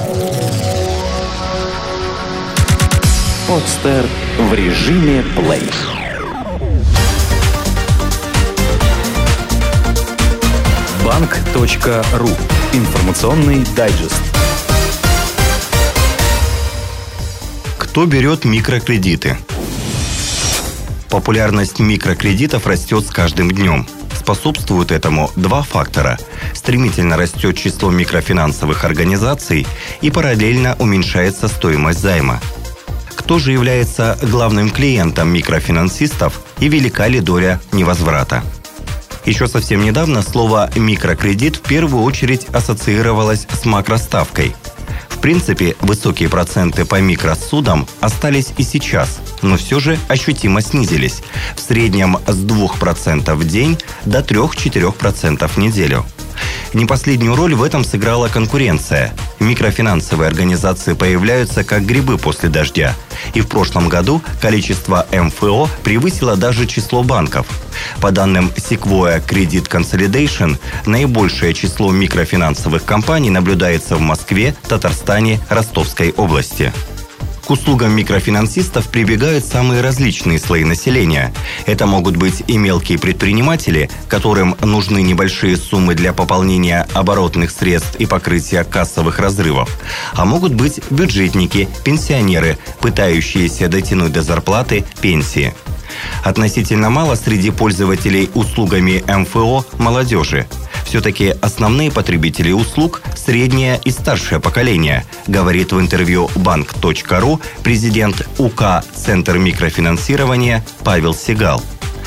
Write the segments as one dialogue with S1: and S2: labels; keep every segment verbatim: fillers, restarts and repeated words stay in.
S1: Подстер в режиме плей. Банк.ру. Информационный дайджест.
S2: Кто берет микрокредиты? Популярность микрокредитов растет с каждым днем. Способствуют этому два фактора. Стремительно растет число микрофинансовых организаций и параллельно уменьшается стоимость займа. Кто же является главным клиентом микрофинансистов и велика ли доля невозврата? Еще совсем недавно слово «микрокредит» в первую очередь ассоциировалось с макроставкой. В принципе, высокие проценты по микросудам остались и сейчас, но все же ощутимо снизились. В среднем с двух процентов в день до трёх-четырёх процентов в неделю. Не последнюю роль в этом сыграла конкуренция. Микрофинансовые организации появляются как грибы после дождя. И в прошлом году количество эм эф о превысило даже число банков. По данным Sequoia Credit Consolidation, наибольшее число микрофинансовых компаний наблюдается в Москве, Татарстане, Ростовской области. К услугам микрофинансистов прибегают самые различные слои населения. Это могут быть и мелкие предприниматели, которым нужны небольшие суммы для пополнения оборотных средств и покрытия кассовых разрывов. А могут быть бюджетники, пенсионеры, пытающиеся дотянуть до зарплаты, пенсии. Относительно мало среди пользователей услугами эм эф о молодежи. Все-таки основные потребители услуг – среднее и старшее поколение, говорит в интервью банк.ру президент УК «Центр микрофинансирования» Павел Сигал.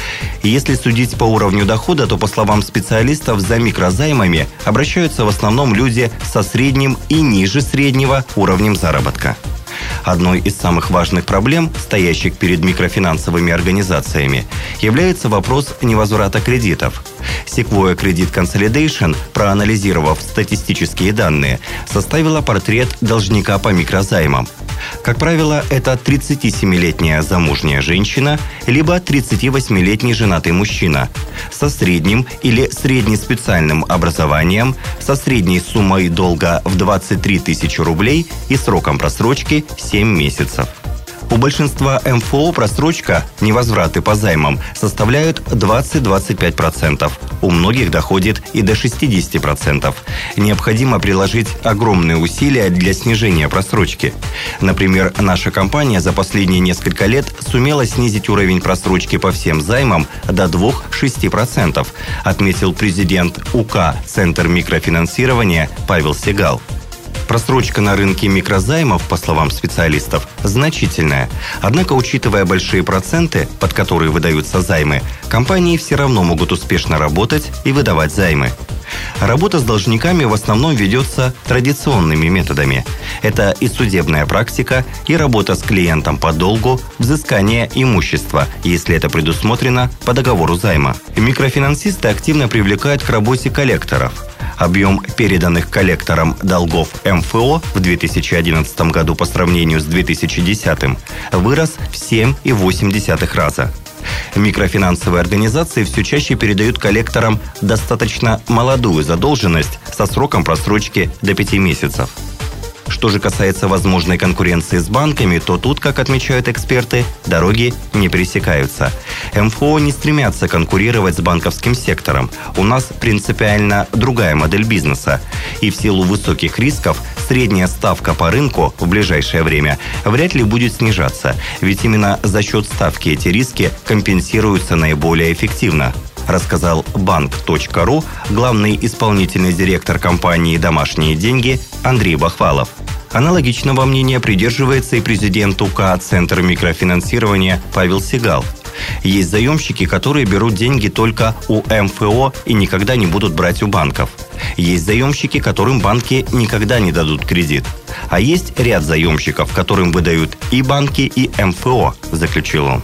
S2: Если судить по уровню дохода, то, по словам специалистов, за микрозаймами обращаются в основном люди со средним и ниже среднего уровнем заработка. Одной из самых важных проблем, стоящих перед микрофинансовыми организациями, является вопрос невозврата кредитов. Sequoia Credit Consolidation, проанализировав статистические данные, составила портрет должника по микрозаймам. Как правило, это тридцатисемилетняя замужняя женщина, либо тридцативосьмилетний женатый мужчина со средним или среднеспециальным образованием, со средней суммой долга в двадцать три тысячи рублей и сроком просрочки семь месяцев. У большинства эм эф о просрочка, невозвраты по займам, составляют двадцать-двадцать пять процентов. У многих доходит и до шестьдесят процентов. Необходимо приложить огромные усилия для снижения просрочки. Например, наша компания за последние несколько лет сумела снизить уровень просрочки по всем займам до двух-шести процентов, отметил президент УК «Центр микрофинансирования» Павел Сигал. Просрочка на рынке микрозаймов, по словам специалистов, значительная. Однако, учитывая большие проценты, под которые выдаются займы, компании все равно могут успешно работать и выдавать займы. Работа с должниками в основном ведется традиционными методами. Это и судебная практика, и работа с клиентом по долгу, взыскание имущества, если это предусмотрено по договору займа. Микрофинансисты активно привлекают к работе коллекторов. Объем переданных коллекторам долгов эм эф о в две тысячи одиннадцатом году по сравнению с две тысячи десятым вырос в семь и восемь десятых раза. Микрофинансовые организации все чаще передают коллекторам достаточно молодую задолженность со сроком просрочки до пяти месяцев. Что же касается возможной конкуренции с банками, то тут, как отмечают эксперты, дороги не пересекаются. эм эф о не стремятся конкурировать с банковским сектором. У нас принципиально другая модель бизнеса. И в силу высоких рисков средняя ставка по рынку в ближайшее время вряд ли будет снижаться. Ведь именно за счет ставки эти риски компенсируются наиболее эффективно, рассказал банк.ру главный исполнительный директор компании «Домашние деньги» Андрей Бахвалов. Аналогичного мнения придерживается и президент УК «Центр микрофинансирования» Павел Сигал. Есть заемщики, которые берут деньги только у эм эф о и никогда не будут брать у банков. Есть заемщики, которым банки никогда не дадут кредит. А есть ряд заемщиков, которым выдают и банки, и эм эф о, заключил он.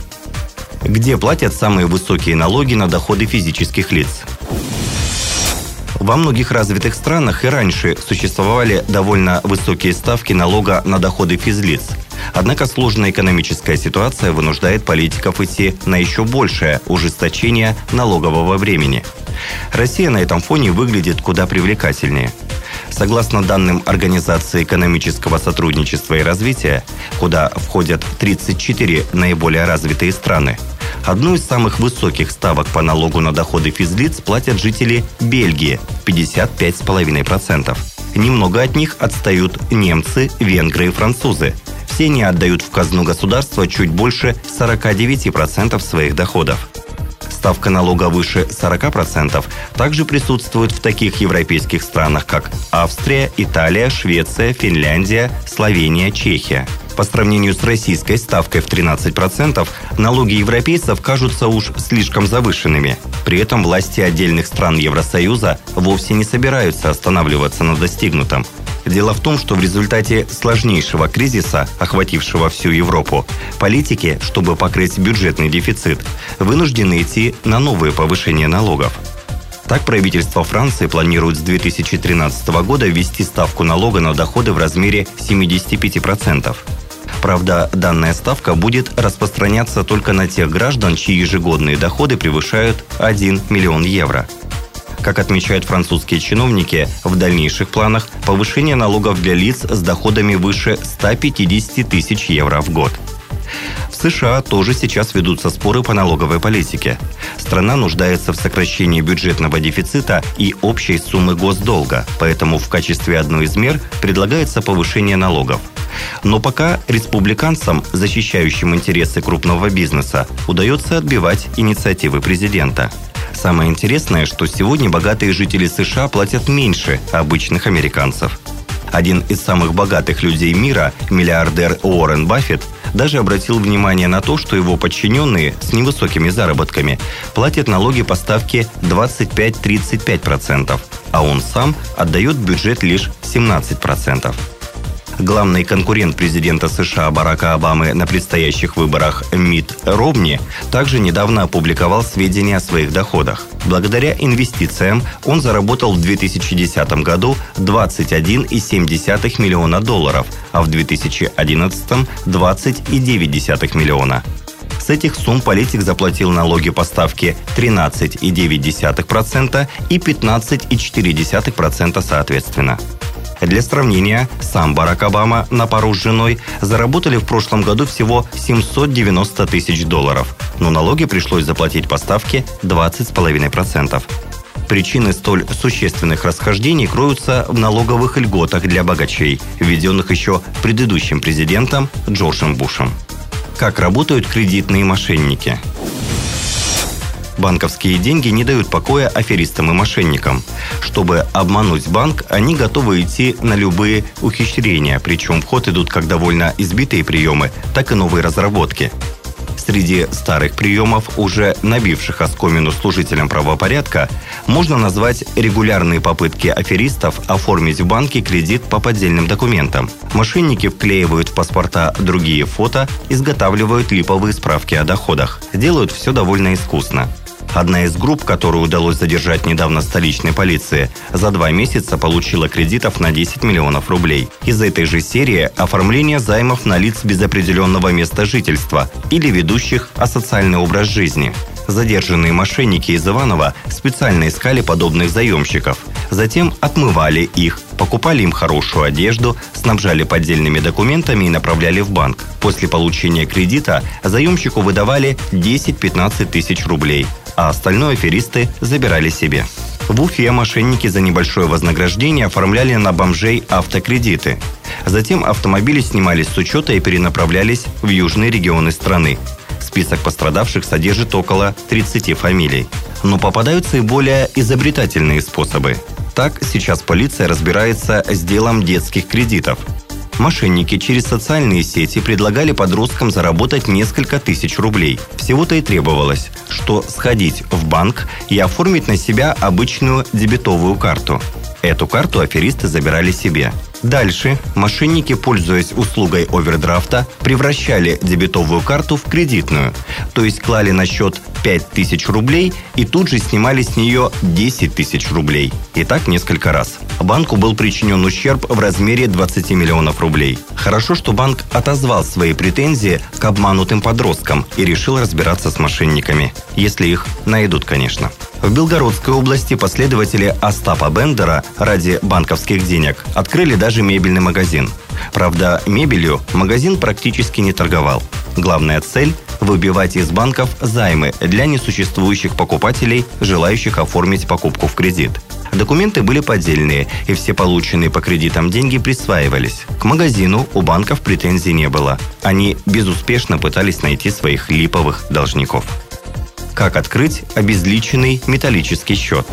S2: Где платят самые высокие налоги на доходы физических лиц? Во многих развитых странах и раньше существовали довольно высокие ставки налога на доходы физлиц. Однако сложная экономическая ситуация вынуждает политиков идти на еще большее ужесточение налогового бремени. Россия на этом фоне выглядит куда привлекательнее. Согласно данным Организации экономического сотрудничества и развития, куда входят тридцать четыре наиболее развитые страны, одну из самых высоких ставок по налогу на доходы физлиц платят жители Бельгии – пятьдесят пять целых пять десятых процента. Немного от них отстают немцы, венгры и французы. Все они отдают в казну государства чуть больше сорок девять процентов своих доходов. Ставка налога выше сорок процентов также присутствует в таких европейских странах, как Австрия, Италия, Швеция, Финляндия, Словения, Чехия. По сравнению с российской ставкой в тринадцать процентов, налоги европейцев кажутся уж слишком завышенными. При этом власти отдельных стран Евросоюза вовсе не собираются останавливаться на достигнутом. Дело в том, что в результате сложнейшего кризиса, охватившего всю Европу, политики, чтобы покрыть бюджетный дефицит, вынуждены идти на новые повышения налогов. Так, правительство Франции планирует с две тысячи тринадцатого года ввести ставку налога на доходы в размере семьдесят пять процентов. Правда, данная ставка будет распространяться только на тех граждан, чьи ежегодные доходы превышают один миллион евро. Как отмечают французские чиновники, в дальнейших планах повышение налогов для лиц с доходами выше ста пятидесяти тысяч евро в год. В США тоже сейчас ведутся споры по налоговой политике. Страна нуждается в сокращении бюджетного дефицита и общей суммы госдолга, поэтому в качестве одной из мер предлагается повышение налогов. Но пока республиканцам, защищающим интересы крупного бизнеса, удается отбивать инициативы президента. Самое интересное, что сегодня богатые жители США платят меньше обычных американцев. Один из самых богатых людей мира, миллиардер Уоррен Баффет, даже обратил внимание на то, что его подчиненные с невысокими заработками платят налоги по ставке двадцать пять - тридцать пять процентов, а он сам отдает в бюджет лишь семнадцать процентов. Главный конкурент президента США Барака Обамы на предстоящих выборах Митт Ромни также недавно опубликовал сведения о своих доходах. Благодаря инвестициям он заработал в две тысячи десятом году двадцать один целых семь десятых миллиона долларов, а в две тысячи одиннадцатом – двадцать целых девять десятых миллиона. С этих сумм политик заплатил налоги по ставке тринадцать целых девять десятых процента и пятнадцать целых четыре десятых процента соответственно. Для сравнения, сам Барак Обама на пару с женой заработали в прошлом году всего семьсот девяносто тысяч долларов, но налоги пришлось заплатить по ставке двадцать целых пять десятых процента. Причины столь существенных расхождений кроются в налоговых льготах для богачей, введенных еще предыдущим президентом Джорджем Бушем. Как работают кредитные мошенники? Банковские деньги не дают покоя аферистам и мошенникам. Чтобы обмануть банк, они готовы идти на любые ухищрения, причем в ход идут как довольно избитые приемы, так и новые разработки. Среди старых приемов, уже набивших оскомину служителям правопорядка, можно назвать регулярные попытки аферистов оформить в банке кредит по поддельным документам. Мошенники вклеивают в паспорта другие фото, изготавливают липовые справки о доходах. Делают все довольно искусно. Одна из групп, которую удалось задержать недавно столичной полиции, за два месяца получила кредитов на десять миллионов рублей. Из этой же серии оформление займов на лиц без определенного места жительства или ведущих асоциальный образ жизни. Задержанные мошенники из Иваново специально искали подобных заемщиков. Затем отмывали их, покупали им хорошую одежду, снабжали поддельными документами и направляли в банк. После получения кредита заемщику выдавали десять-пятнадцать тысяч рублей, а остальное аферисты забирали себе. В Уфе мошенники за небольшое вознаграждение оформляли на бомжей автокредиты. Затем автомобили снимались с учета и перенаправлялись в южные регионы страны. Список пострадавших содержит около тридцати фамилий. Но попадаются и более изобретательные способы. Так, сейчас полиция разбирается с делом детских кредитов. Мошенники через социальные сети предлагали подросткам заработать несколько тысяч рублей. Всего-то и требовалось, что сходить в банк и оформить на себя обычную дебетовую карту. Эту карту аферисты забирали себе. Дальше мошенники, пользуясь услугой овердрафта, превращали дебетовую карту в кредитную, то есть клали на счет пять тысяч рублей и тут же снимали с нее десять тысяч рублей. И так несколько раз. Банку был причинен ущерб в размере двадцати миллионов рублей. Хорошо, что банк отозвал свои претензии к обманутым подросткам и решил разбираться с мошенниками. Если их найдут, конечно. В Белгородской области последователи Остапа Бендера ради банковских денег открыли даже мебельный магазин. Правда, мебелью магазин практически не торговал. Главная цель – выбивать из банков займы для несуществующих покупателей, желающих оформить покупку в кредит. Документы были поддельные, и все полученные по кредитам деньги присваивались. К магазину у банков претензий не было. Они безуспешно пытались найти своих липовых должников. Как открыть обезличенный металлический счет?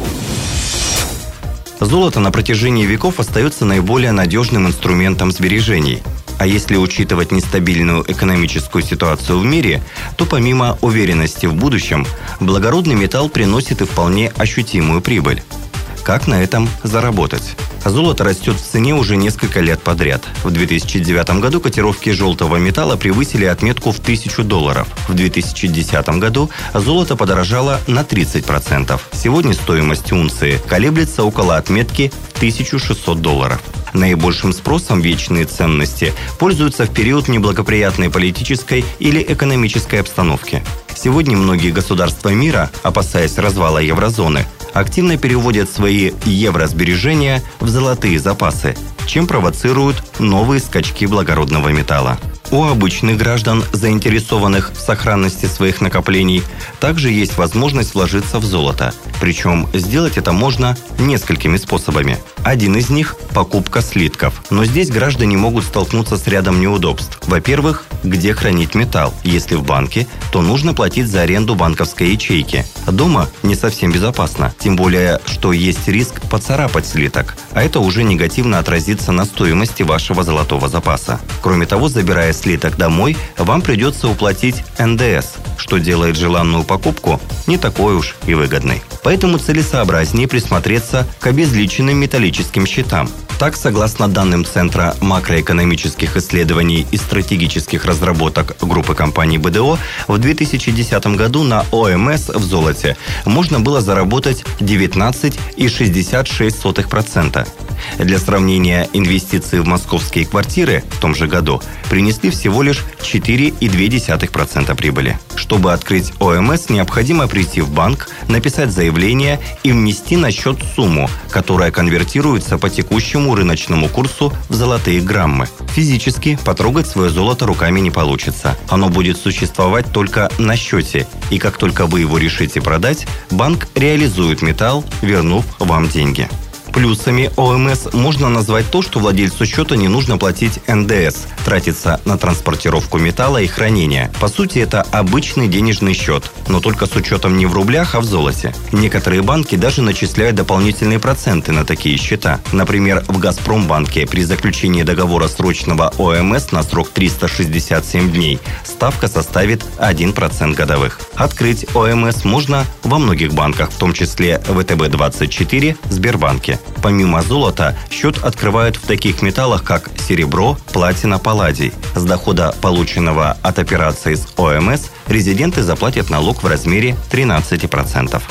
S2: Золото на протяжении веков остается наиболее надежным инструментом сбережений. А если учитывать нестабильную экономическую ситуацию в мире, то помимо уверенности в будущем, благородный металл приносит и вполне ощутимую прибыль. Как на этом заработать? Золото растет в цене уже несколько лет подряд. В две тысячи девятом году котировки желтого металла превысили отметку в тысячу долларов. В две тысячи десятом году золото подорожало на тридцать процентов. Сегодня стоимость унции колеблется около отметки в тысячу шестьсот долларов. Наибольшим спросом вечные ценности пользуются в период неблагоприятной политической или экономической обстановки. Сегодня многие государства мира, опасаясь развала еврозоны, активно переводят свои евросбережения в золотые запасы, чем провоцируют новые скачки благородного металла. У обычных граждан, заинтересованных в сохранности своих накоплений, также есть возможность вложиться в золото. Причем сделать это можно несколькими способами. Один из них – покупка слитков. Но здесь граждане могут столкнуться с рядом неудобств. Во-первых, где хранить металл? Если в банке, то нужно платить за аренду банковской ячейки. Дома не совсем безопасно. Тем более, что есть риск поцарапать слиток. А это уже негативно отразится на стоимости вашего золотого запаса. Кроме того, забирая слиток домой, вам придется уплатить эн дэ эс, что делает желанную покупку не такой уж и выгодной. Поэтому целесообразнее присмотреться к обезличенным металлическим счетам. Так, согласно данным Центра макроэкономических исследований и стратегических разработок группы компаний бэ дэ о, в две тысячи десятом году на о эм эс в золоте можно было заработать девятнадцать целых шестьдесят шесть сотых процента. Для сравнения, инвестиции в московские квартиры в том же году принесли всего лишь четыре целых две десятых процента прибыли. Чтобы открыть о эм эс, необходимо прийти в банк, написать заявление и внести на счет сумму, которая конвертируется по текущему рыночному курсу в золотые граммы. Физически потрогать свое золото руками не получится. Оно будет существовать только на счете, и как только вы его решите продать, банк реализует металл, вернув вам деньги. Плюсами о эм эс можно назвать то, что владельцу счета не нужно платить эн дэ эс, тратиться на транспортировку металла и хранение. По сути, это обычный денежный счет, но только с учетом не в рублях, а в золоте. Некоторые банки даже начисляют дополнительные проценты на такие счета. Например, в Газпромбанке при заключении договора срочного о эм эс на срок триста шестьдесят семь дней ставка составит один процент годовых. Открыть о эм эс можно во многих банках, в том числе вэ тэ бэ двадцать четыре, Сбербанке. Помимо золота, счет открывают в таких металлах, как серебро, платина, палладий. С дохода, полученного от операций с о эм эс, резиденты заплатят налог в размере тринадцать процентов.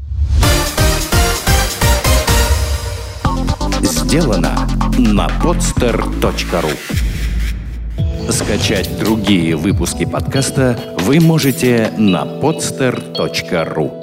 S1: Сделано на подстер точка ру. Скачать другие выпуски подкаста вы можете на подстер точка ру.